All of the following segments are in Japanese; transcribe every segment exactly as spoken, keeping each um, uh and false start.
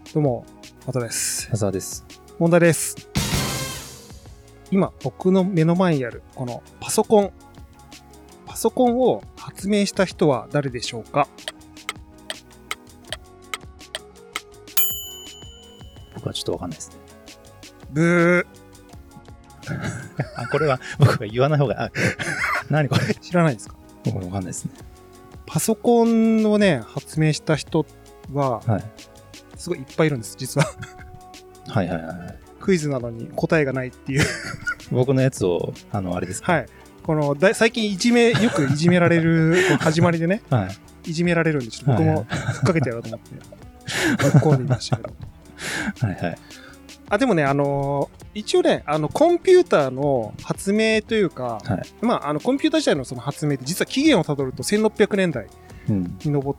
どうも、またです。 浅田です。 問題です。今、僕の目の前にある、このパソコン。パソコンを発明した人は誰でしょうか？ 僕はちょっとわかんないですね。 ブー。 あ、これは僕が言わない方が、あ、何これ知らないですか？ 僕わかんないですね。 パソコンをね、発明した人は、 はい。 すごいいっぱいいるんです、実は。 はいはいはい。 クイズなのに答えがないっていう。 僕のやつを、あの、あれですか？ はい。このだ、最近いじめ、よくいじめられる、始まりでね、 はい。 いじめられるんで、ちょっと僕もふっかけてやろうと思って、学校にいましたけど。 はいはい。 あ、でもね、あのー、一応ね、あの、コンピューターの発明というか、 はい、 まあ、あの、コンピューター自体のその発明って、実は起源をたどるとせんろっぴゃくねんだいに上って、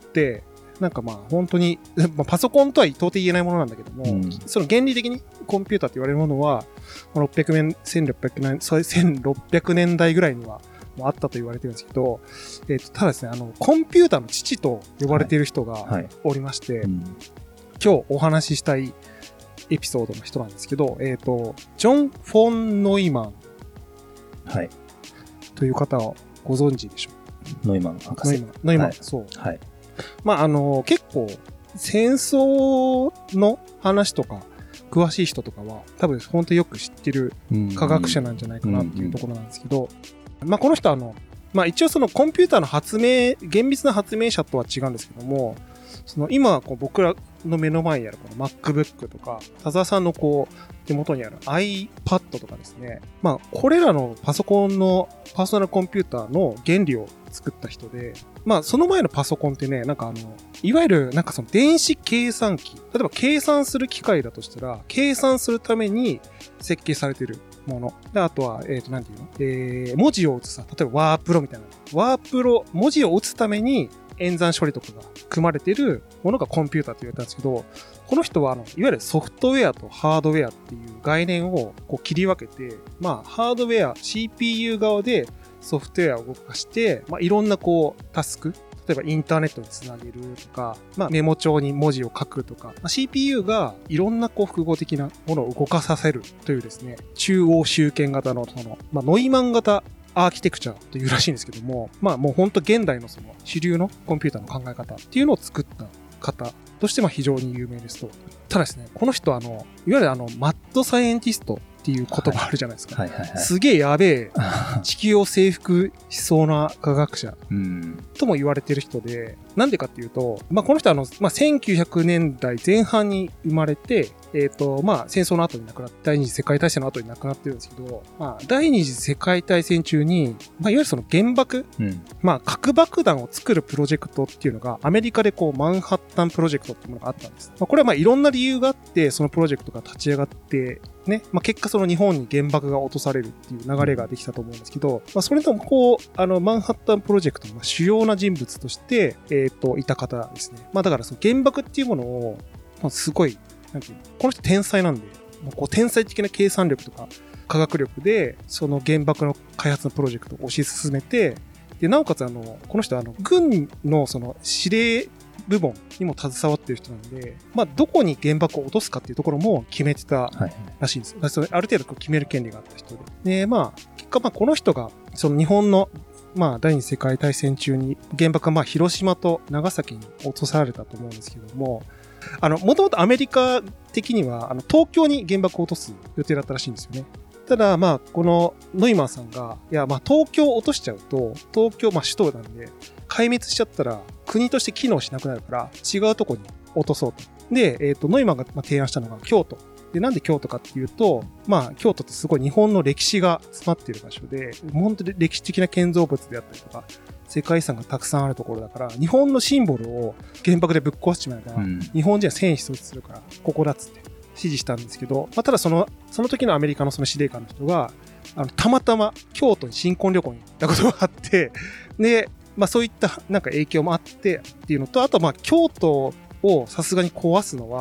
うん、なんかまあ、本当に、まあ、パソコンとは到底言えないものなんだけども、うん、その原理的にコンピューターって言われるものは、ろっぴゃくねん、せんろっぴゃくねん、せんろっぴゃくねんだいぐらいには、あったと言われてるんですけど、えーと、ただですね、あの、コンピューターの父と呼ばれている人がおりまして、はいはい、うん、今日お話ししたいエピソードの人なんですけど、えっと、ジョン・フォン・ノイマン。はい。という方をご存知でしょう？ ノイマン博士。 ノイマン。ノイマン、はい、そう。はい。まあ、あの、結構、戦争の話とか、詳しい人とかは、多分本当によく知ってる科学者なんじゃないかなっていうところなんですけど、まあ、この人はあの、まあ、一応そのコンピューターの発明、厳密な発明者とは違うんですけども、その今こう僕らの目の前にあるこの MacBook とか、田沢さんのこう手元にある iPad とかですね。まあこれらのパソコンのパーソナルコンピューターの原理を作った人で、まあその前のパソコンってね、なんかあの、いわゆるなんかその電子計算機、例えば計算する機械だとしたら、計算するために設計されているもの。で、あとは、えっと、なんていうの？えー、文字を打つさ、例えばワープロみたいな。ワープロ、文字を打つために演算処理とかが組まれているものがコンピューターと言われたんですけど、この人はあの、いわゆるソフトウェアとハードウェアっていう概念をこう切り分けて、まあ、ハードウェア、シーピーユー 側でソフトウェアを動かして、まあ、いろんなこう、タスク、例えばインターネットにつなげるとか、まあ、メモ帳に文字を書くとか、まあ、シーピーユー がいろんなこう複合的なものを動かさせるというですね、中央集権型のその、まあ、ノイマン型アーキテクチャというらしいんですけども、まあもう本当現代のその主流のコンピューターの考え方っていうのを作った方としてまあ非常に有名ですと。ただですね、この人はあの、いわゆるあの、マッドサイエンティストっていう言葉あるじゃないですか。はいはいはいはい、すげえやべえ、地球を征服しそうな科学者とも言われてる人で、なんでかっていうと、まあこの人はあの、まあせんきゅうひゃくねんだいぜん半に生まれて、えっと、まあ戦争の後に亡くなって、第二次世界大戦の後に亡くなってるんですけど、まあ第二次世界大戦中に、まあいわゆるその原爆、うん、まあ核爆弾を作るプロジェクトっていうのがアメリカでこうマンハッタンプロジェクトっていうものがあったんです。まあこれはまあいろんな理由があってそのプロジェクトが立ち上がってね、まあ結果その日本に原爆が落とされるっていう流れができたと思うんですけど、まあそれともこう、あのマンハッタンプロジェクトの主要な人物として、えっと、いた方ですね。まあだからその原爆っていうものを、まあ、すごい、なんていうの、この人天才なんで、もうこう天才的な計算力とか科学力で、その原爆の開発のプロジェクトを推し進めて、で、なおかつあの、この人はあの、軍のその司令部門にも携わっている人なんで、まあ、どこに原爆を落とすかっていうところも決めてたらしいんです。はい、それある程度決める権利があった人で。で、まあ、結果まあ、この人が、その日本のまあ、第二次世界大戦中に原爆はまあ、広島と長崎に落とされたと思うんですけども、あの、もともとアメリカ的には、あの、東京に原爆を落とす予定だったらしいんですよね。ただ、まあ、このノイマンさんが、いや、まあ、東京を落としちゃうと、東京、まあ、首都なんで、壊滅しちゃったら、国として機能しなくなるから、違うとこに落とそうと。で、えっと、ノイマンが提案したのが京都。で、なんで京都かっていうと、まあ、京都ってすごい日本の歴史が詰まっている場所で、本当に歴史的な建造物であったりとか、世界遺産がたくさんあるところだから、日本のシンボルを原爆でぶっ壊しちまえば、うん、日本人は戦意喪失するから、ここだっつって指示したんですけど、まあ、ただその、その時のアメリカのその司令官の人が、あの、たまたま京都に新婚旅行に行ったことがあって、で、まあそういったなんか影響もあってっていうのと、あとまあ京都をさすがに壊すのは、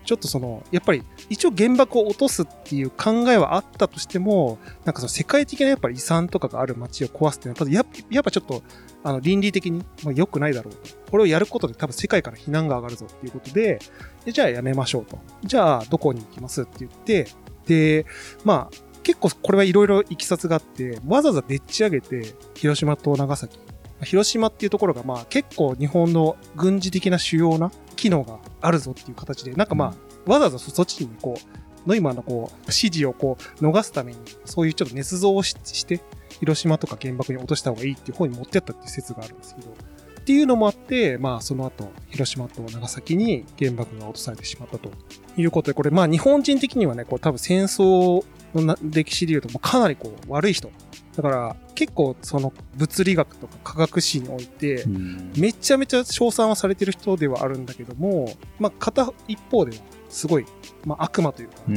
ちょっとそのやっぱり一応原爆を落とすっていう考えはあったとしても、なんかその世界的なやっぱり遺産とかがある街を壊すっていうのはやっぱやっぱちょっとあの倫理的に良くないだろうと。これをやることで多分世界から非難が上がるぞっていうことで、でじゃあやめましょうと。じゃあどこに行きますって言って、でまあ結構これはいろいろいきさつがあって、わざわざでっち上げて広島と長崎、広島っていうところがまあ結構日本の軍事的な主要な機能があるぞっていう形で、なんかまあわざわざそっちにこうノイマンのこう指示をこう逃すためにそういうちょっと捏造を し, して広島とか原爆に落とした方がいいっていう方に持ってったっていう説があるんですけど、っていうのもあって、まあその後広島と長崎に原爆が落とされてしまったということで、これまあ日本人的にはね、こう多分戦争の歴史でいうともうかなりこう悪い人だから結構その物理学とか科学史においてめちゃめちゃ称賛はされてる人ではあるんだけども、まあ片一方ではすごい、まあ、悪魔というか、うん、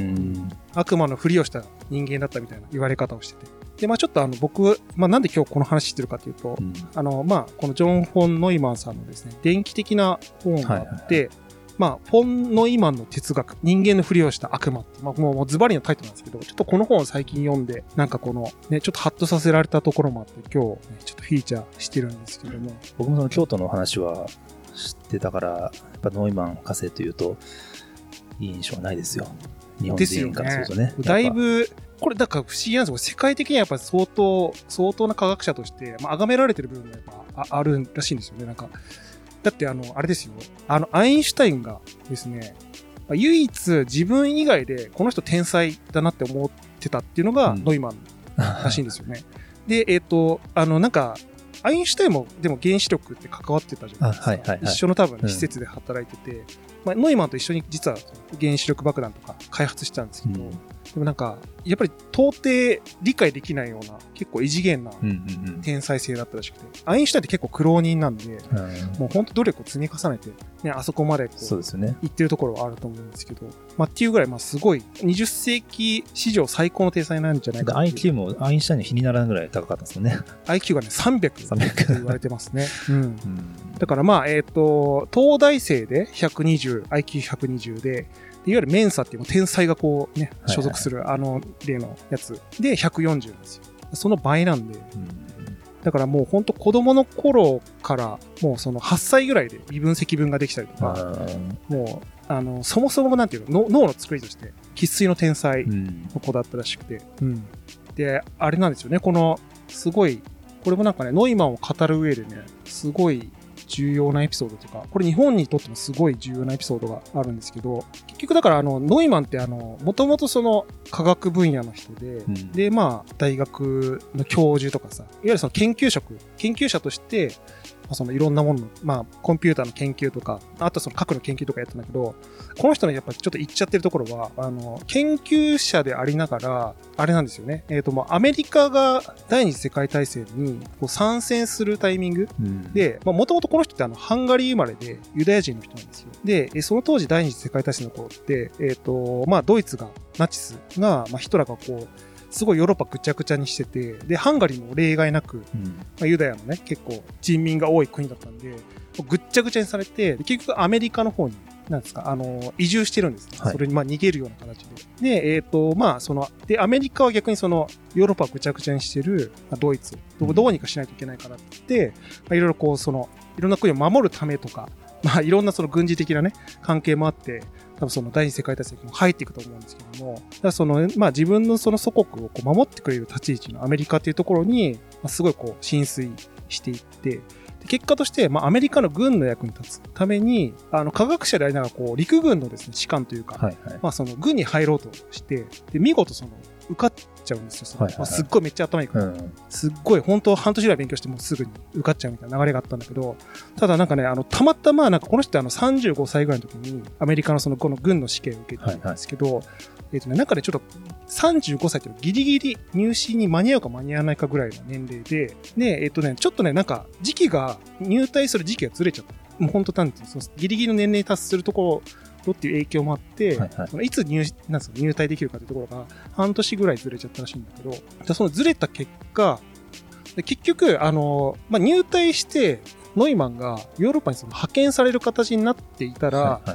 悪魔のふりをした人間だったみたいな言われ方をしてて、でまあちょっとあの僕、まあなんで今日この話してるかというと、うん、あのまあこのジョン・フォン・ノイマンさんのですね電気的な本があって、はいはいはい、まあフォン・ノイマンの哲学、人間のふりをした悪魔って、まあもうズバリのタイトルなんですけど、ちょっとこの本を最近読んでなんかこのねちょっとハッとさせられたところもあって今日、ね、ちょっとフィーチャーしてるんですけども、 僕もその京都の話は知ってたから、やっぱノイマン火星というといい印象はないですよ。日本人からするとね。 だいぶこれだから不思議なんですよ。世界的にはやっぱり相当相当な科学者としてまあ崇められてる部分がやっぱ あ, あるらしいんですよね。なんかだってあのあれですよ。あのアインシュタインがですね、唯一自分以外でこの人天才だなって思ってたっていうのがノイマンらしいんですよね。うん、でえっ、ー、とあのなんか。アインシュタインもでも原子力って関わってたじゃないですか。はいはいはい、一緒の多分施設で働いてて、うんまあ、ノイマンと一緒に実は原子力爆弾とか開発したんですけど、うん、でもなんかやっぱり到底理解できないような結構異次元な天才性だったらしくて、うんうんうん、アインシュタインって結構苦労人なんで、うん、もう本当努力を積み重ねて、ね、あそこまでこうそうですね、行ってるところはあると思うんですけど、まあ、っていうぐらいまあすごいにじゅっせいき史上最高の天才なんじゃないかな。 アイキュー もアインシュタインに比にならないぐらい高かったですよね。 アイキュー がねさんびゃくと言われてますね。うんうん、だからまあえっ、ー、と東大生でひゃくにじゅう アイキューひゃくにじゅう でいわゆるメンサっていう天才がこうね所属するあの例のやつでひゃくよんじゅうなんですよ。その倍なんで、うん、だからもう本当子供の頃からもうそのはっさいぐらいで微分積分ができたりとか、もうあのそもそもなんていうの脳の作りとして生粋の天才の子だったらしくて、うんうん、であれなんですよね、このすごいこれもなんかねノイマンを語る上でねすごい重要なエピソードというか、これ日本にとってもすごい重要なエピソードがあるんですけど、結局だからあのノイマンってあのもともとその科学分野の人で、うん、でまあ大学の教授とかさ、いわゆるその研究職研究者としてそのいろんなものの、まあ、コンピューターの研究とか、あとその核の研究とかやったんだけど、この人のやっぱりちょっと言っちゃってるところは、あの、研究者でありながら、あれなんですよね。えっと、もうアメリカが第二次世界大戦にこう参戦するタイミング、うん、で、まあ、もともとこの人ってあの、ハンガリー生まれでユダヤ人の人なんですよ。で、その当時第二次世界大戦の頃って、えっと、まあ、ドイツが、ナチスが、まあ、ヒトラーがこう、すごいヨーロッパぐちゃぐちゃにしてて、で、ハンガリーも例外なく、うんまあ、ユダヤのね、結構人民が多い国だったんで、ぐっちゃぐちゃにされて、結局アメリカの方に、なんですか、あの、移住してるんですね。はい、それにまあ逃げるような形で。で、えっと、まあ、その、で、アメリカは逆にその、ヨーロッパをぐちゃぐちゃにしてる、まあ、ドイツをどうにかしないといけないからって言って、まあ、いろいろこう、その、いろんな国を守るためとか、まあ、いろんなその軍事的なね、関係もあって、多分その第二次世界大戦にも入っていくと思うんですけども、だからその、まあ自分のその祖国をこう守ってくれる立ち位置のアメリカっていうところに、まあ、すごいこう浸水していって、で結果として、まあアメリカの軍の役に立つために、あの科学者でありながらこう陸軍のですね、士官というか、はいはい、まあその軍に入ろうとして、で見事その受かっちゃうんですよ。はいはいはいまあ、すっごいめっちゃ頭いいから、うん、すっごい本当半年ぐらい勉強してもすぐに受かっちゃうみたいな流れがあったんだけど、ただなんかね、あのたまたまなんかこの人ってあのさんじゅうごさいぐらいの時にアメリカのそのこの軍の試験を受けてるんですけど、はいはい、えっとね、なんかねちょっとさんじゅうごさいってギリギリ入試に間に合うか間に合わないかぐらいの年齢で、で、えっとね、ちょっとね、なんか時期が入隊する時期がずれちゃった。もう本当単にそのギリギリの年齢に達するところっていう影響もあって、はいはい、いつ 入, なんですか入隊できるかというところが半年ぐらいずれちゃったらしいんだけど、じゃそのずれた結果、結局、あの、まあ、入隊してノイマンがヨーロッパにその派遣される形になっていたら、はいはい、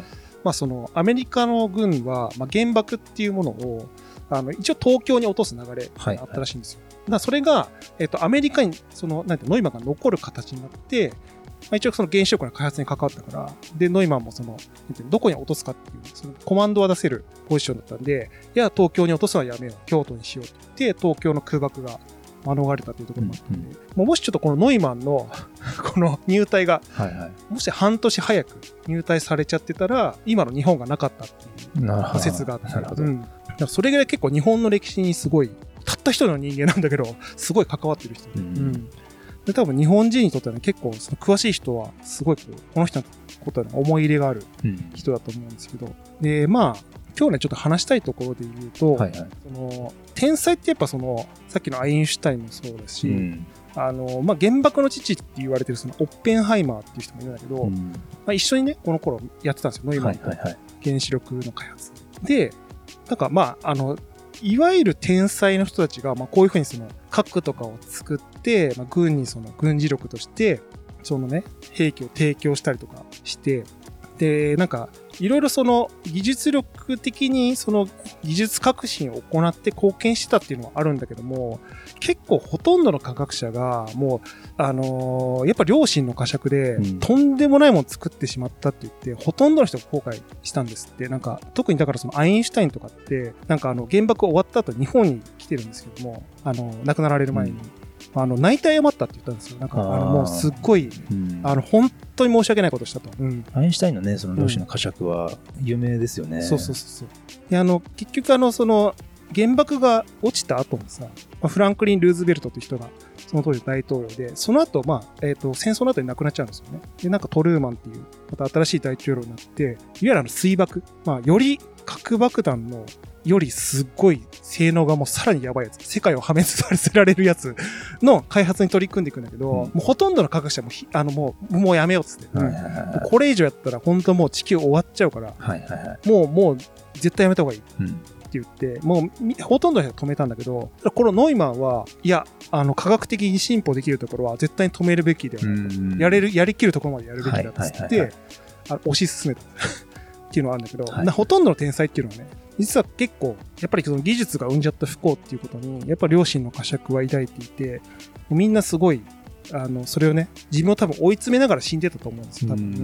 まあそのアメリカの軍は、まあ、原爆っていうものをあの一応東京に落とす流れがあったらしいんですよ。はいはい、だからそれが、えっと、アメリカにそのなんてノイマンが残る形になって、まあ、一応その原子力の開発に関わったから、でノイマンもそのどこに落とすかっていうそのコマンドは出せるポジションだったんで、いや東京に落とすのはやめよう、京都にしようって言って東京の空爆が免れたというところもあったんで、うんうん、もうもしちょっとこのノイマンのこの入隊が、はいはい、もし半年早く入隊されちゃってたら今の日本がなかったっていう説があって、うん、だからそれぐらい結構日本の歴史にすごいたった一人の人間なんだけどすごい関わってる人、うんうん、で多分日本人にとっては、ね、結構その詳しい人はすごいこの人のことに思い入れがある人だと思うんですけど、うん、でまあ今日ねちょっと話したいところで言うと、はいはい、その天才ってやっぱそのさっきのアインシュタインもそうですし、うん、あのまあ、原爆の父って言われてるそのオッペンハイマーっていう人もいるんだけど、うん、まあ、一緒にねこの頃やってたんですよ、ノイマンと原子力の開発、はいはいはい、でなんかまああのいわゆる天才の人たちが、まあ、こういうふうにその核とかを作って、まあ、軍にその軍事力としてそのね兵器を提供したりとかして、でなんかいろいろその技術力的にその技術革新を行って貢献してたっていうのはあるんだけども、結構ほとんどの科学者がもうあのー、やっぱ良心の呵責で、うん、とんでもないものを作ってしまったって言ってほとんどの人が後悔したんですって。なんか特にだからそのアインシュタインとかってなんかあの原爆終わった後日本に来てるんですけども、あの亡くなられる前に、うん、あの泣いて謝ったって言ったんですよ。なんかあのもうすっごい、うん、あの本当に申し訳ないことしたと、うん、 アインシュタインのねその良心の呵責は有名ですよね、うん、 そうそうそうそう。であの結局あのその原爆が落ちた後にさ、まあ、フランクリン・ルーズベルトという人がその当時大統領で、その後まあえっと戦争の後に亡くなっちゃうんですよね。でなんかトルーマンっていうまた新しい大統領になって、いわゆるあの水爆、まあより核爆弾のよりすっごい性能がもうさらにやばいやつ、世界を破滅させられるやつの開発に取り組んでいくんだけど、うん、もうほとんどの科学者もあのもうもうやめようっつって、はいはいはい、これ以上やったら本当もう地球終わっちゃうから、はいはいはい、もうもう絶対やめた方がいいって言って、うん、もうほとんどの人が止めたんだけど、このノイマンはいやあの科学的に進歩できるところは絶対に止めるべきではないと、うん、やれるやりきるところまでやるべきだっつって、はいはいはいはい、あの推し進めたっていうのはあるんだけど、はい、ほとんどの天才っていうのはね実は結構やっぱりその技術が生んじゃった不幸っていうことにやっぱり良心の呵責は抱いていて、みんなすごいあのそれをね自分を多分追い詰めながら死んでたと思うんですよ多分、うん、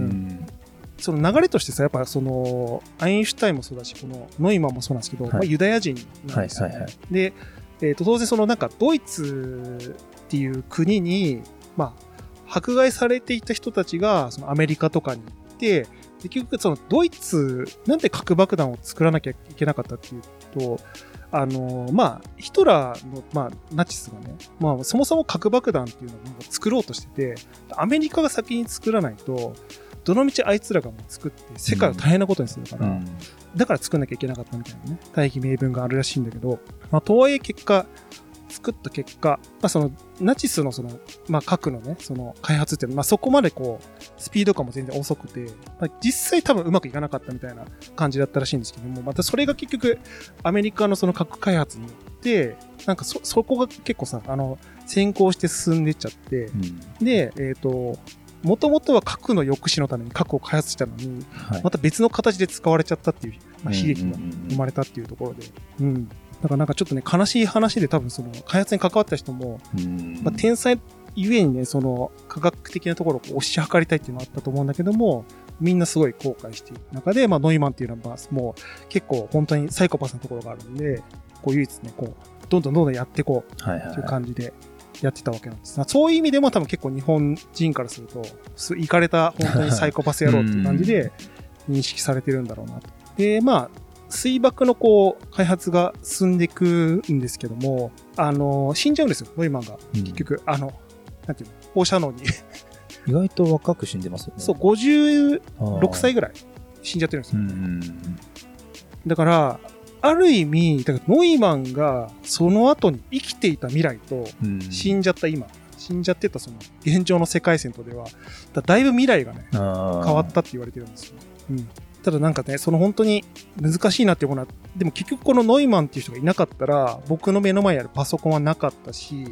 その流れとしてさやっぱそのアインシュタインもそうだしこのノイマンもそうなんですけど、はい、まあ、ユダヤ人なんですよね、はいはいはい、で、えーと、当然そのなんかドイツっていう国にまあ迫害されていた人たちがそのアメリカとかに行って結局そのドイツなんで核爆弾を作らなきゃいけなかったっていうと、あのまあヒトラーのまあナチスがね、まあそもそも核爆弾っていうのを作ろうとしてて、アメリカが先に作らないとどのみちあいつらがもう作って世界を大変なことにするから、うん、だから作んなきゃいけなかったみたいなね大義名分があるらしいんだけど、まあとはいえ結果作った結果、まあ、そのナチスのその、まあ、核のねその開発っていうのは、まあ、そこまでこうスピード感も全然遅くて、まあ、実際多分うまくいかなかったみたいな感じだったらしいんですけども、またそれが結局アメリカのその核開発によってなんか そ, そこが結構さあの先行して進んでいっちゃって、うん、でえっ、ー、ともともとは核の抑止のために核を開発したのに、はい、また別の形で使われちゃったっていう、まあ、悲劇が生まれたっていうところで、うん、うんうん、だからなんかちょっとね悲しい話で多分その開発に関わった人も、まあ、天才ゆえにねその科学的なところを推し量りたいっていうのがあったと思うんだけども、みんなすごい後悔している中で、まあ、ノイマンっていうのはもう結構本当にサイコパスなところがあるんで、こう唯一ねこうどんどんどんどんやっていこうっていう感じでやってたわけなんです。そういう意味でも多分結構日本人からするとイカれた本当にサイコパス野郎っていう感じで認識されてるんだろうなと。でまあ水爆のこう開発が進んでいくんですけども、あの死んじゃうんですよノイマンが、うん、結局あのなんていうの放射能に意外と若く死んでますよね。 そうごじゅうろくさいぐらい死んじゃってるんですよ、うん、だからある意味だからノイマンがその後に生きていた未来と死んじゃった今、うん、死んじゃってたその現状の世界線とでは だ, だいぶ未来がね変わったって言われてるんですよ、うん、ただなんかねその本当に難しいなっていうのは、でも結局このノイマンっていう人がいなかったら僕の目の前にあるパソコンはなかったし、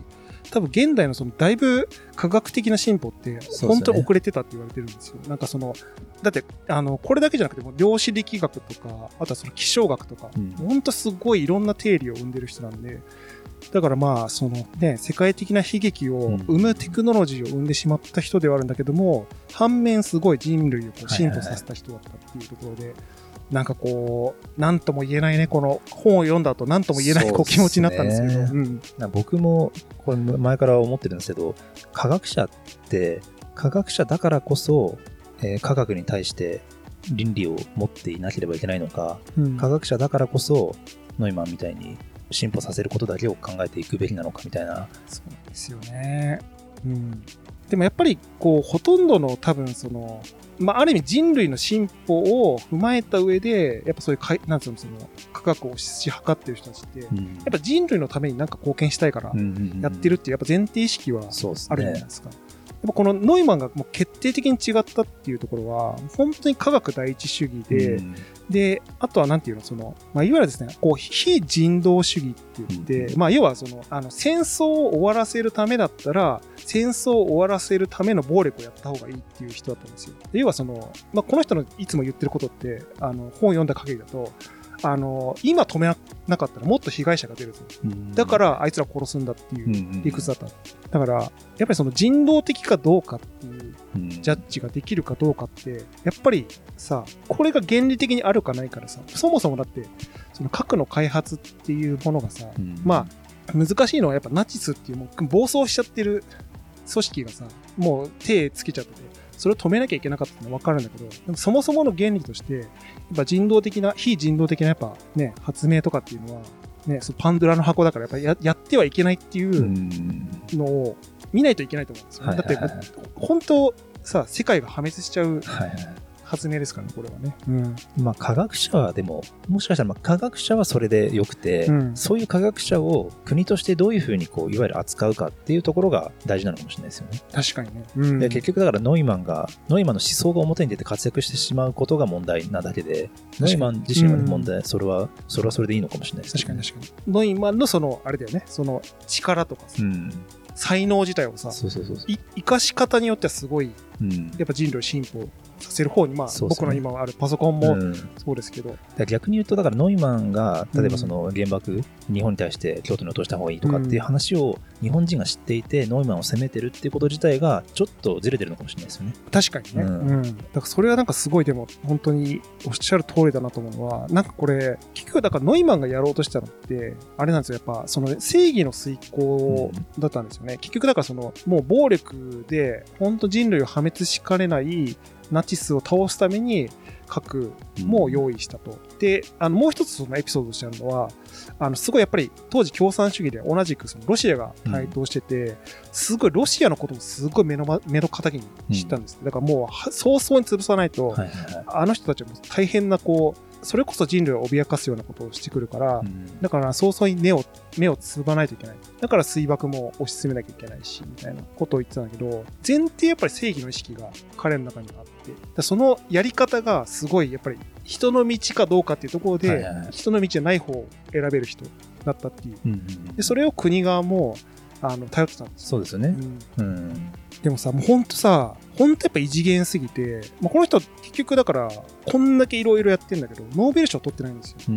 多分現代のそのだいぶ科学的な進歩って本当に遅れてたって言われてるんですよ。なんかそのだってあのこれだけじゃなくても量子力学とかあとはその気象学とか、うん、本当すごいいろんな定理を生んでる人なんで、だからまあそのね世界的な悲劇を生むテクノロジーを生んでしまった人ではあるんだけども、反面すごい人類をこう進歩させた人だったっていうところで、はいはいはい、なんかこう何とも言えないね、この本を読んだ後何とも言えないこう気持ちになったんですけど、うん、 僕もこれ前から思ってるんですけど、科学者って科学者だからこそ、えー、科学に対して倫理を持っていなければいけないのか、うん、科学者だからこそノイマンみたいに進歩させることだけを考えていくべきなのかみたいな。 そうですよね、うん、でもやっぱりこうほとんどの多分そのまあ、ある意味人類の進歩を踏まえた上でやっぱそういうかいなんつうのその科学を推し量ってる人たちって、うん、やっぱ人類のために何か貢献したいからやってるっていうやっぱ前提意識はあるじゃないですか。やっぱこのノイマンがもう決定的に違ったっていうところは本当に科学第一主義で、うん、であとはなんていうのその、まあ、いわゆるですねこう非人道主義って言って、うん、まあ要はそのあの戦争を終わらせるためだったら戦争を終わらせるための暴力をやった方がいいっていう人だったんですよ。で要はその、まあ、この人のいつも言ってることってあの本を読んだ限りだとあの今止めなかったらもっと被害者が出るぞ、うん、だからあいつら殺すんだっていう理屈だった、うん、だからやっぱりその人道的かどうかっていうジャッジができるかどうかってやっぱりさこれが原理的にあるかないからさ、そもそもだってその核の開発っていうものがさ、うん、まあ難しいのはやっぱナチスっていうもう暴走しちゃってる組織がさもう手つけちゃっててそれを止めなきゃいけなかったのは分かるんだけど、でもそもそもの原理としてやっぱ人道的な非人道的なやっぱね発明とかっていうのはねそのパンドラの箱だからやっぱ や, やってはいけないっていうのを見ないといけないと思うんですよ、ね、だって本当さ世界が破滅しちゃう発明ですからねこれはね、うん、 まあ科学者はでももしかしたらまあ科学者はそれでよくて、うん、そういう科学者を国としてどういうふうにこういわゆる扱うかっていうところが大事なのかもしれないですよね。 確かにね、うん、 で結局だからノイマンがノイマンの思想が表に出て活躍してしまうことが問題なだけでノイマン自身は問題、うん、それはそれはそれでいいのかもしれないです、ね、 確かに確かにノイマンのそのあれだよねその力とかさ、うん才能自体をさそうそうそうそう生かし方によってはすごい、うん、やっぱ人類進歩させる方にまあそうそう、ね、僕の今あるパソコンもそうですけど、 うん、逆に言うとだからノイマンが例えばその原爆、うん、日本に対して京都に落とした方がいいとかっていう話を日本人が知っていて、うん、ノイマンを責めてるっていうこと自体がちょっとずれてるのかもしれないですよね。 確かにね、うんうん、だからそれはなんかすごいでも本当におっしゃる通りだなと思うのはなんかこれ結局だからノイマンがやろうとしたのってあれなんですよやっぱその正義の遂行だったんですよね、うん、結局だからそのもう暴力で本当人類を破滅しかねないナチスを倒すために核も用意したと、うん、であのもう一つそのエピソードとしてあるのはあのすごいやっぱり当時共産主義で同じくそのロシアが台頭してて、うん、すごいロシアのこともすごい目の目の敵に知ったんです、うん、だからもう早々に潰さないと、はいはいはい、あの人たちはもう大変なこうそれこそ人類を脅かすようなことをしてくるから、うん、だから早々に目を目をつばないといけない。だから水爆も推し進めなきゃいけないしみたいなことを言ってたんだけど、前提やっぱり正義の意識が彼の中にはあって、だそのやり方がすごいやっぱり人の道かどうかっていうところで、はいはいはい、人の道じゃない方を選べる人だったっていう。うんうんうん、でそれを国側もあの頼ってたんですよ。 そうですよね。 うんうん、でもさ、もうほんとさ、ほんとやっぱ異次元すぎて、まあ、この人結局だからこんだけいろいろやってんだけどノーベル賞取ってないんですよ。うん、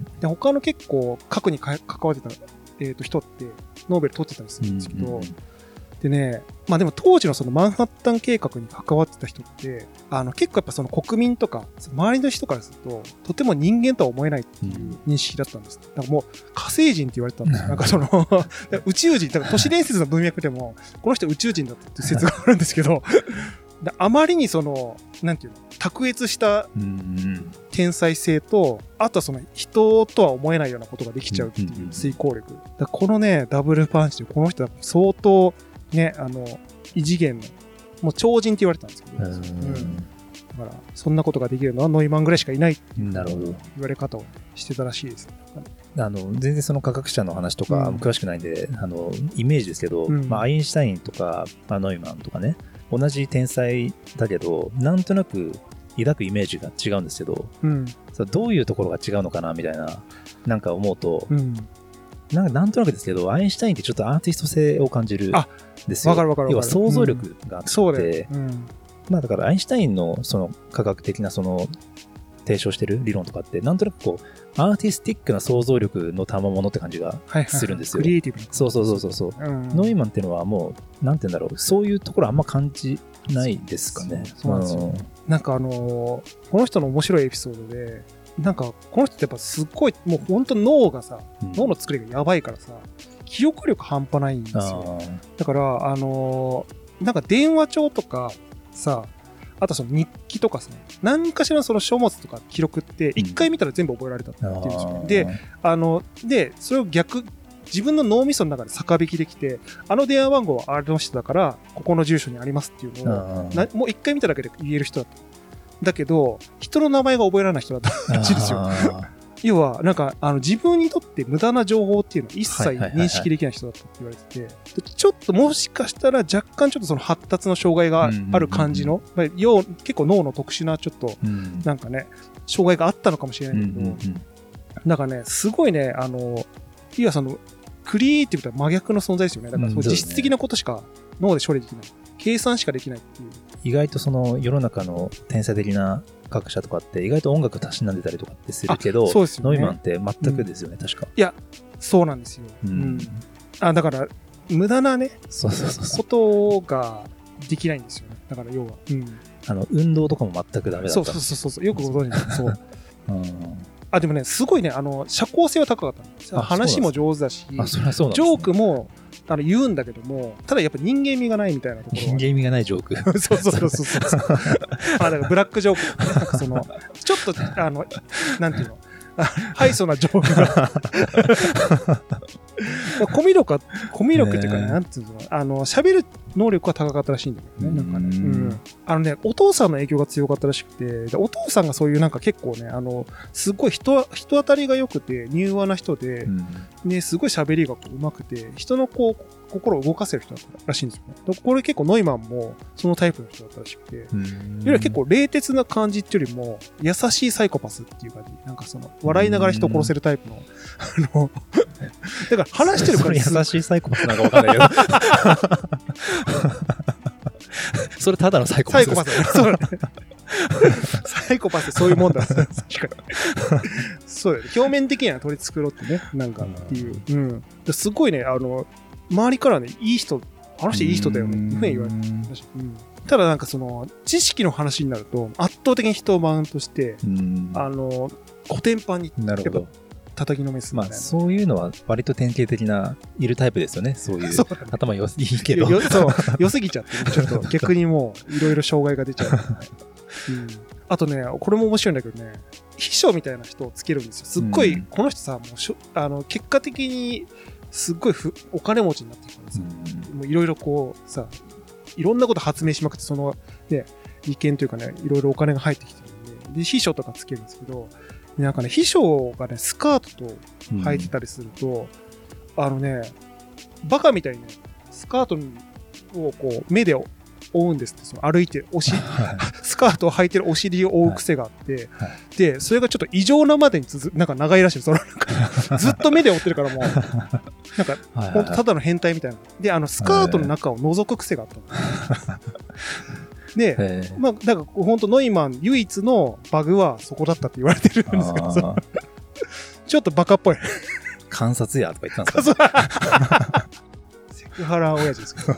で他の結構核に関わってた、えー、と人ってノーベル取ってたりするんですけど、うんうんうん、でね、まあでも当時のそのマンハッタン計画に関わってた人ってあの結構やっぱその国民とか周りの人からするととても人間とは思えないっていう認識だったんです。だからもう火星人って言われてたんですよ。なんかその宇宙人、だから都市伝説の文脈でもこの人宇宙人だったっていう説があるんですけどあまりにそのなんていうの卓越した天才性とあとはその人とは思えないようなことができちゃうっていう遂行力。だからこのねダブルパンチでこの人は相当ね、あの異次元のもう超人って言われてたんですけど、うん、だからそんなことができるのはノイマンぐらいしかいないっていう言われ方をしてたらしいです、ね、 あの全然その科学者の話とか詳しくないんで、うん、あのイメージですけど、うんまあ、アインシュタインとか、まあ、ノイマンとかね同じ天才だけどなんとなく抱くイメージが違うんですけど、うん、どういうところが違うのかなみたいななんか思うと、うんなんかなんとなくですけど、アインシュタインってちょっとアーティスト性を感じるんですよ。 わかるわかるわかる。 要は想像力があって、うん、そうだよ、 うん、 まあだからアインシュタインのその科学的なその提唱してる理論とかってなんとなくこうアーティスティックな想像力の賜物って感じがするんですよ。 はいはいはい、クリエイティブな。 そうそうそうそうそう、うん、ノイマンっていうのはもうなんて言うんだろう、そういうところあんま感じないですかね。 そうなんですよ、うん、なんかあのー、この人の面白いエピソードで、なんかこの人ってやっぱすっごいもう本当脳がさ、うん、脳の作りがやばいからさ、記憶力半端ないんですよ。だからあのー、なんか電話帳とかさ、あとその日記とかさ、何かしらのその書物とか記録って一回見たら全部覚えられたって言うんですよね。うん、で、あのでそれを逆自分の脳みその中で逆引きできて、あの電話番号はあれの人だからここの住所にありますっていうのをなもう一回見ただけで言える人だった。だけど人の名前が覚えられない人だったらしいですよ。要はなんかあの自分にとって無駄な情報っていうのを一切認識できない人だったって言われてて、はいはいはいはい、ちょっともしかしたら若干ちょっとその発達の障害がある感じの、うんうんうん、要結構脳の特殊なちょっとなんかね、うん、障害があったのかもしれないけど、うんうんうん、なんかねすごいね、あのいやそのクリエイティブとは真逆の存在ですよね。だからその実質的なことしか脳で処理できない、計算しかできないっていう。 意外とその世の中の天才的な科学者とかって意外と音楽たしなんでたりとかってするけど、 そうですよね、 ノイマンって全くですよね、うん、確か。 いやそうなんですよ、うんうん、あだから無駄なねそうそうそうそうことができないんですよね。だから要は、うん、 あの運動とかも全くダメだった。 そうそうそうそう、よくご存知なんです。そう、うん、あでもねすごいね、あの社交性は高かったんです。話も上手だし、 あそりゃそうなんですね、 ジョークもあの言うんだけども、ただやっぱ人間味がないみたいなところ。 人間味がないジョーク。 そうそうそうそうそう。あだからブラックジョークとか、ね、なんかそのちょっとあのなんていうの、ハイソなジョークがコミュ力はコミュ力っていうかね、なんていうの、あの喋る能力は高かったらしいんだけどね。なんかね、うん、あのねお父さんの影響が強かったらしくて、お父さんがそういうなんか結構ね、あのすごい人人当たりが良くて柔和な人で、うん、ねすごい喋りがこう上手くて人のこう心を動かせる人だったらしいんですよね。これ結構ノイマンもそのタイプの人だったらしくて、よりは結構冷徹な感じっていうよりも優しいサイコパスっていう感じ、なんかその笑いながら人を殺せるタイプのあのだから話してるから優しいサイコパスなんかわかんないけどそれただのサイコパスです。 サイコパス、そうね、サイコパスってそういうもんだ確かにそうだよね、表面的には取り繕ってね、なんかっていう、うん、すごいね、あの周りからね、いい人、あの人いい人だよねっていうふうに言われてたし、うん、ただなんかその知識の話になると圧倒的に人をマウントして、あのコテンパンにやっぱ叩きのめすみたいな、 まあ、そういうのは割と典型的ないるタイプですよね。そういうそう、ね、頭よいいけどよそう良すぎちゃって、ね、ちょっと逆にもういろいろ障害が出ちゃう、うん、あとねこれも面白いんだけどね、秘書みたいな人をつけるんですよ。すっごい、うん、この人さもうしょあの結果的にすっごいふお金持ちになってるからさ、もういろいろこうさいろんなこと発明しまくって、そのね利権というかねいろいろお金が入ってきてるんで、で秘書とかつけるんですけど、なんかね秘書がねスカートと履いてたりすると、うん、あのねバカみたいにねスカートをこう目で追うんですって、その歩いておし、はい、スカートを履いてるお尻を追う癖があって、はいはい、でそれがちょっと異常なまでにつなんか長いらしい。そのなんかずっと目で追ってるからもうなんかほんとただの変態みたいな。であのスカートの中を覗く癖があったので、まあだから本当ノイマン唯一のバグはそこだったって言われてるんですけど、ちょっとバカっぽい観察やとか言ったんですかセクハラ親父ですけど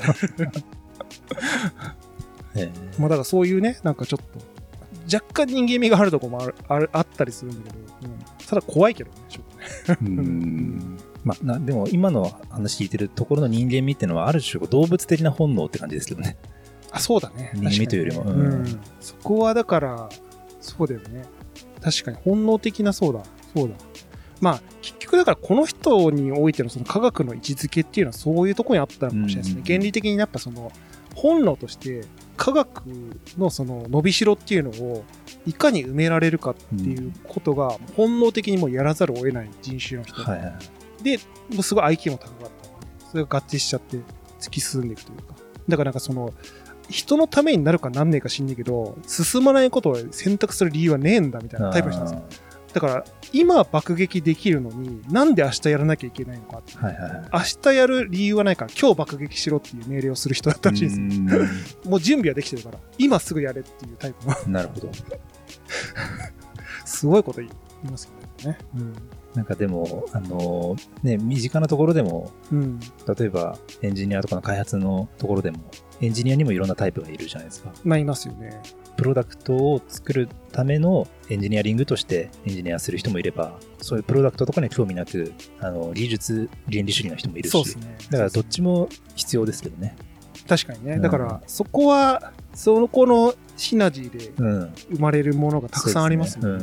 まあだからそういうね、なんかちょっと若干人間味があるところもある、ある、あったりするんだけど、うん、ただ怖いけどね、ちょっとね。うーんまあ、なでも今の話聞いてるところの人間味っていうのはある種動物的な本能って感じですけどね。 あ、そうだね。 人間味というよりも、 うんうん、そこはだからそうだよね。確かに本能的な、そうだそうだ。まあ結局だからこの人においてのその科学の位置づけっていうのはそういうところにあったのかもしれないですね。うんうん、原理的にやっぱその本能として科学のその伸びしろっていうのをいかに埋められるかっていうことが本能的にもうやらざるを得ない人種の人、はいはい、で、すごい アイキュー も高かったので、それが合致しちゃって突き進んでいくというか、だからなんかその人のためになるかなんねえか知んねえけど進まないことを選択する理由はねえんだみたいなタイプの人なんですよ。 だから今爆撃できるのになんで明日やらなきゃいけないのかって、はいはいはい、明日やる理由はないから今日爆撃しろっていう命令をする人だったらしいですよ。もう準備はできてるから今すぐやれっていうタイプのなるほどすごいこと言いますよね、うん、 なんかでもあのね身近なところでも、うん、例えばエンジニアとかの開発のところでもエンジニアにもいろんなタイプがいるじゃないですか。 まあいますよね。 プロダクトを作るためのエンジニアリングとしてエンジニアする人もいれば、そういうプロダクトとかに興味なくあの技術原理主義の人もいるし、そうですね、だからどっちも必要ですけどね。 確かにね、うん、だからそこはその子のシナジーで生まれるものがたくさんありますね、うんうん、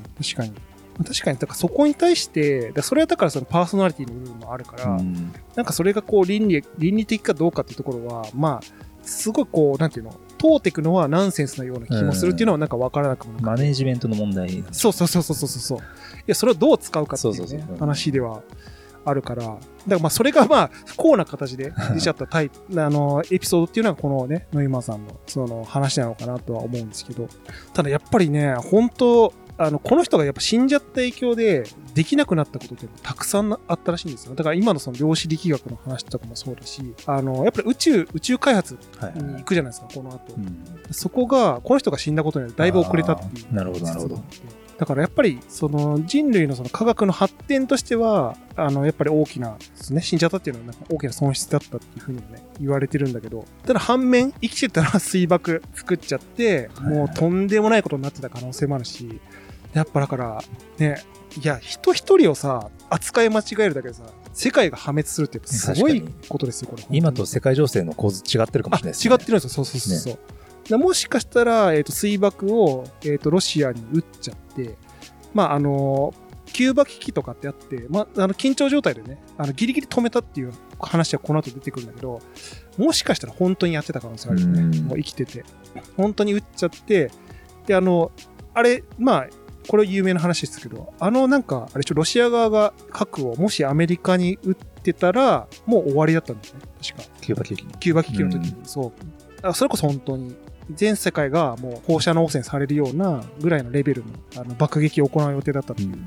確かに確かにだからそこに対してだそれはだからそのパーソナリティの部分もあるから、うん、なんかそれがこう倫理倫理的かどうかっていうところはまあすごいこうなんていうの通っていくのはナンセンスなような気もするっていうのはなんか分からなくもなく、 マネージメントの問題。 そうそうそうそうそうそういやそれをどう使うかっていうねそうそうそう、うん、話ではあるから、だからまあそれがまあ不幸な形で出ちゃったタイプあのエピソードっていうのはこのねノイマンさんのその話なのかなとは思うんですけど、ただやっぱりね本当あのこの人がやっぱ死んじゃった影響でできなくなったことってたくさんあったらしいんですよ。だから今のその量子力学の話とかもそうだし、あのやっぱり宇宙宇宙開発に行くじゃないですか、はいはい、この後、うん、そこがこの人が死んだことによってだいぶ遅れたっていう。 なるほどなるほど。 だからやっぱりその人類のその科学の発展としてはあのやっぱり大きなですね、死んじゃったっていうのはなんか大きな損失だったっていうふうにもね言われてるんだけど、ただ反面生きてたら水爆作っちゃってもうとんでもないことになってた可能性もあるし、やっぱだからね、いや人一人をさ扱い間違えるだけでさ世界が破滅するってすごいことですよこれ。 今と世界情勢の構図違ってるかもしれないですね。違ってるんですよ。そうそうそうそう、ね、もしかしたら、えーと、水爆を、えーと、ロシアに撃っちゃって、まああのキューバ危機とかってあって、まあ、あの緊張状態でねあのギリギリ止めたっていう話はこの後出てくるんだけど、もしかしたら本当にやってた可能性あるよね。もう生きてて本当に撃っちゃって、であのあれまあこれ有名な話ですけど、あのなんかあれちょロシア側が核をもしアメリカに撃ってたらもう終わりだったんですね確か。 キューバ危機キューバ危機の時に、うん、そうあそれこそ本当に全世界がもう放射能汚染されるようなぐらいのレベルの、 あの爆撃を行う予定だったっていう、うん、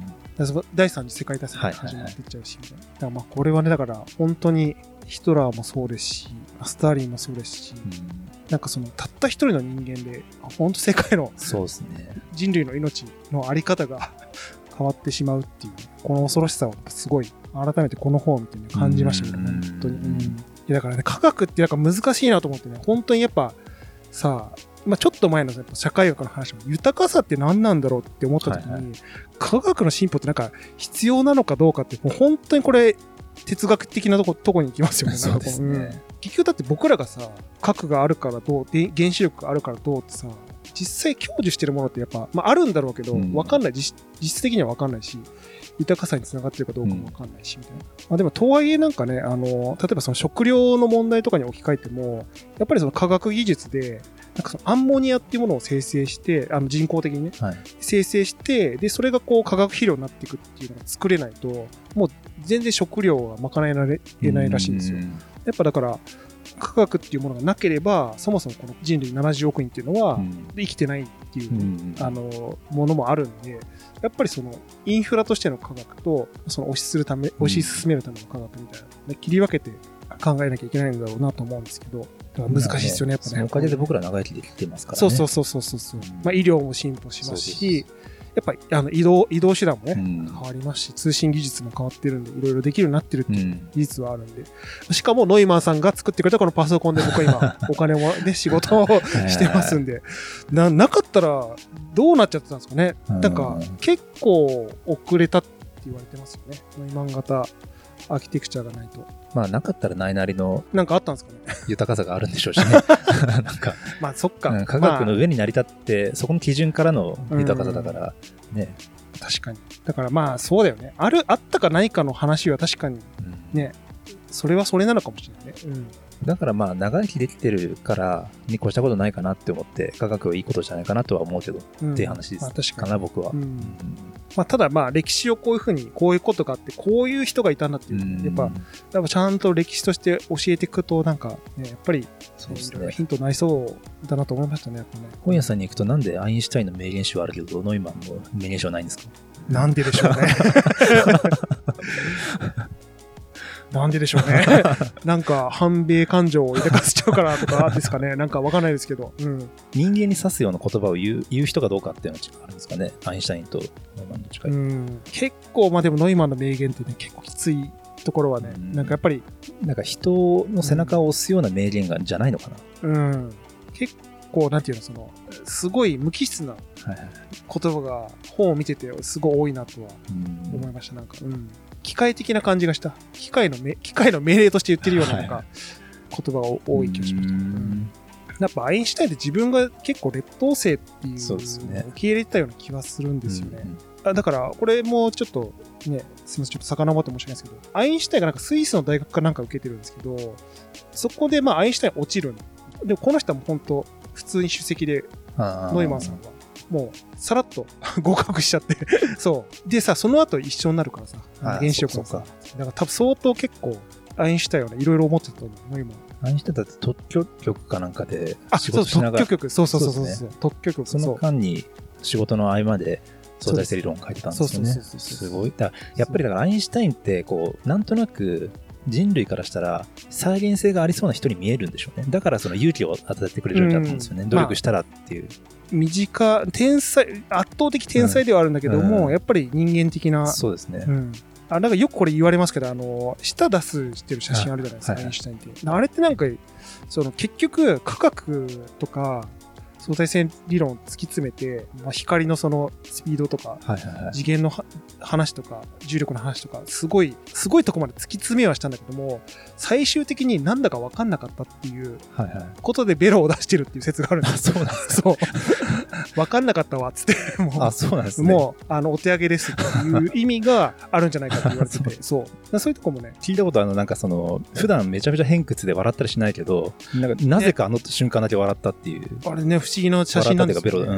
だいさん次世界大戦が始まっていっちゃうし、はいはいはい、だからまあこれはねだから本当にヒトラーもそうですしスターリンもそうですし、うん、なんかそのたった一人の人間で本当世界のそうですね人類の命のあり方が変わってしまうっていうこの恐ろしさをすごい改めてこの本を見て、ね、感じましたけどね本当に、うん、いやだからね科学ってなんか難しいなと思ってね本当にやっぱさあ、まあ、ちょっと前の社会学の話も豊かさって何なんだろうって思った時に、はいはい、科学の進歩ってなんか必要なのかどうかってもう本当にこれ哲学的なとこ、とこに行きますよね。 そうですね、 うん。結局だって僕らがさ核があるからどうで原子力があるからどうってさ実際享受してるものってやっぱ、まあ、あるんだろうけど、うん、分かんない実質的には分かんないし豊かさにつながってるかどうかも分かんないし、うん、みたいな、まあ、でもとはいえなんかねあの例えばその食料の問題とかに置き換えてもやっぱりその科学技術でなんかそのアンモニアっていうものを生成してあの人工的にね、はい、生成してでそれがこう化学肥料になっていくっていうのが作れないともう全然食料は賄えられないらしいんですよ。やっぱだから科学っていうものがなければそもそもこの人類ななじゅうおくにんっていうのは生きてないっていう、うん、あのものもあるんでやっぱりそのインフラとしての科学とその推しするため推し進めるための科学みたいな、ね、切り分けて考えなきゃいけないんだろうなと思うんですけどだから難しいですよねやっぱね。 そのおかげで僕ら長生きできてますからね。 そうそうそうそうそうそう、うんまあ、医療も進歩しますしやっぱりあの移動移動手段もね、うん、変わりますし通信技術も変わってるんでいろいろできるようになってるっていう技術はあるんで、うん、しかもノイマンさんが作ってくれたこのパソコンで僕は今お金もね仕事をしてますんでな, なかったらどうなっちゃってたんですかね。なんか結構遅れたって言われてますよねノイマン型アーキテクチャがないと。 まあなかったらないなりのなんかあったんですかね豊かさがあるんでしょうしねなんかまあそっか、 うん、科学の上に成り立って、まあ、そこの基準からの豊かさだからね。 確かにだからまあそうだよねあるあったかないかの話は確かにね、うん、それはそれなのかもしれないね、うん、 だからまあ長生きできてるからに越したことないかなって思って科学はいいことじゃないかなとは思うけど、うん、っていう話です、まあ、確かにかな僕は、うんうんまあ、ただまあ歴史をこういうふうにこういうことがあってこういう人がいたんだっていう、うん、やっぱやっぱちゃんと歴史として教えていくとなんか、ね、やっぱりそうですねヒントになりそうだなと思いましたね。やっぱね本屋さんに行くとなんでアインシュタインの名言集はあるけどノイマンの名言集はないんですか？ なんででしょうね。なんででしょうね。なんか反米感情を抱かせちゃうからとかですかね。なんかわかんないですけど、うん、 人間に刺すような言葉を言う、言う人かどうかっていうのはあるんですかね。アインシュタインとノイマンの近い。 うん、結構まあでもノイマンの名言ってね結構きついところはね、うん、なんかやっぱりなんか人の背中を押すような名言がじゃないのかな。 うん、結構なんていうのそのすごい無機質な言葉が本を見ててすごい多いなとは思いました。なんか、うん、機械的な感じがした。機械のめ機械の命令として言ってるようななんか言葉が多い気がしました。うん、やっぱアインシュタインって自分が結構劣等生っていうのを受け入れてたような気はするんですよね。あだからこれもちょっとね、すみませんちょっと遡って申し訳ないですけど、アインシュタインがなんかスイスの大学かなんか受けてるんですけど、そこでまあアインシュタイン落ちるんでもこの人はもう本当普通に首席でノイマンさんはもうさらっと合格しちゃってそうでさその後一緒になるからさ原子力のさだから多分相当結構アインシュタインはねいろいろ思ってたと思うノイマン。 アインシュタインだって特許局かなんかで仕事しながら、 あそう特許局そうそうそうそうそう、ね、特許局その間に仕事の合間で相対性理論を書いてたんですよね。すごい。だやっぱりだからアインシュタインってこうなんとなく人類からしたら再現性がありそうな人に見えるんでしょうね。だからその勇気を与えてくれるんだと思うんですよね。努力したらっていう。まあ、 短天才圧倒的天才ではあるんだけども、うん、やっぱり人間的なそうですね。 うん、あなんかよくこれ言われますけどあの舌出すしてる写真あるじゃないですか、アインシュタインって。あれってなんかその結局科学とか相対性理論を突き詰めて、まあ、光のそのスピードとか、はいはいはい、次元の話とか重力の話とかすごいすごいとこまで突き詰めはしたんだけども最終的になんだか分かんなかったっていうことでベロを出してるっていう説があるんですよ。 そうなんですか。そう分かんなかったわっつってもうあそうなんですね。 もうあのお手上げですっていう意味があるんじゃないかって言われててそうそういうとこもね聞いたことあるのなんかその普段めちゃめちゃ偏屈で笑ったりしないけどなんかなぜかあの瞬間だけ笑ったっていう、ね、 あれね不思議な写真なんですよね。うん、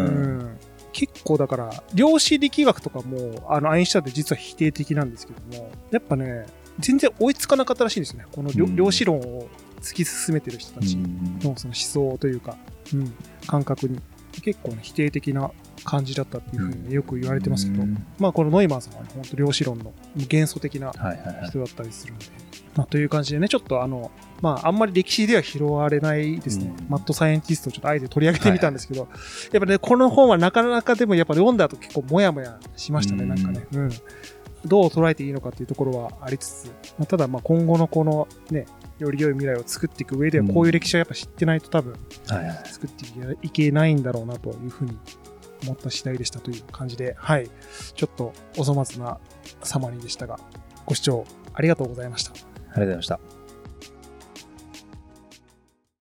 結構だから量子力学とかもあのアインシュタインって実は否定的なんですけどもやっぱね全然追いつかなかったらしいんですよねこの、うん、量子論を突き進めてる人たちのその思想というか、うん、感覚に結構、ね、否定的な感じだったっていうふうに、ね、よく言われてますけど、うん、まあこのノイマンさんは、ね、本当量子論の幻想的な人だったりするので、はいはいはいまあ、という感じでねちょっとあのまああんまり歴史では拾われないですね、うん、マッドサイエンティストをちょっとあえて取り上げてみたんですけど、はい、やっぱねこの本はなかなかでもやっぱ読んだ後結構モヤモヤしましたね、うん、なんかね、うん、どう捉えていいのかっていうところはありつつ、まあ、ただまあ今後のこのねより良い未来を作っていく上ではこういう歴史はやっぱ知ってないと多分作っていけないんだろうなというふうに思った次第でしたという感じで、はい、ちょっとお粗末なサマリーでしたがご視聴ありがとうございました。 ありがとうございました。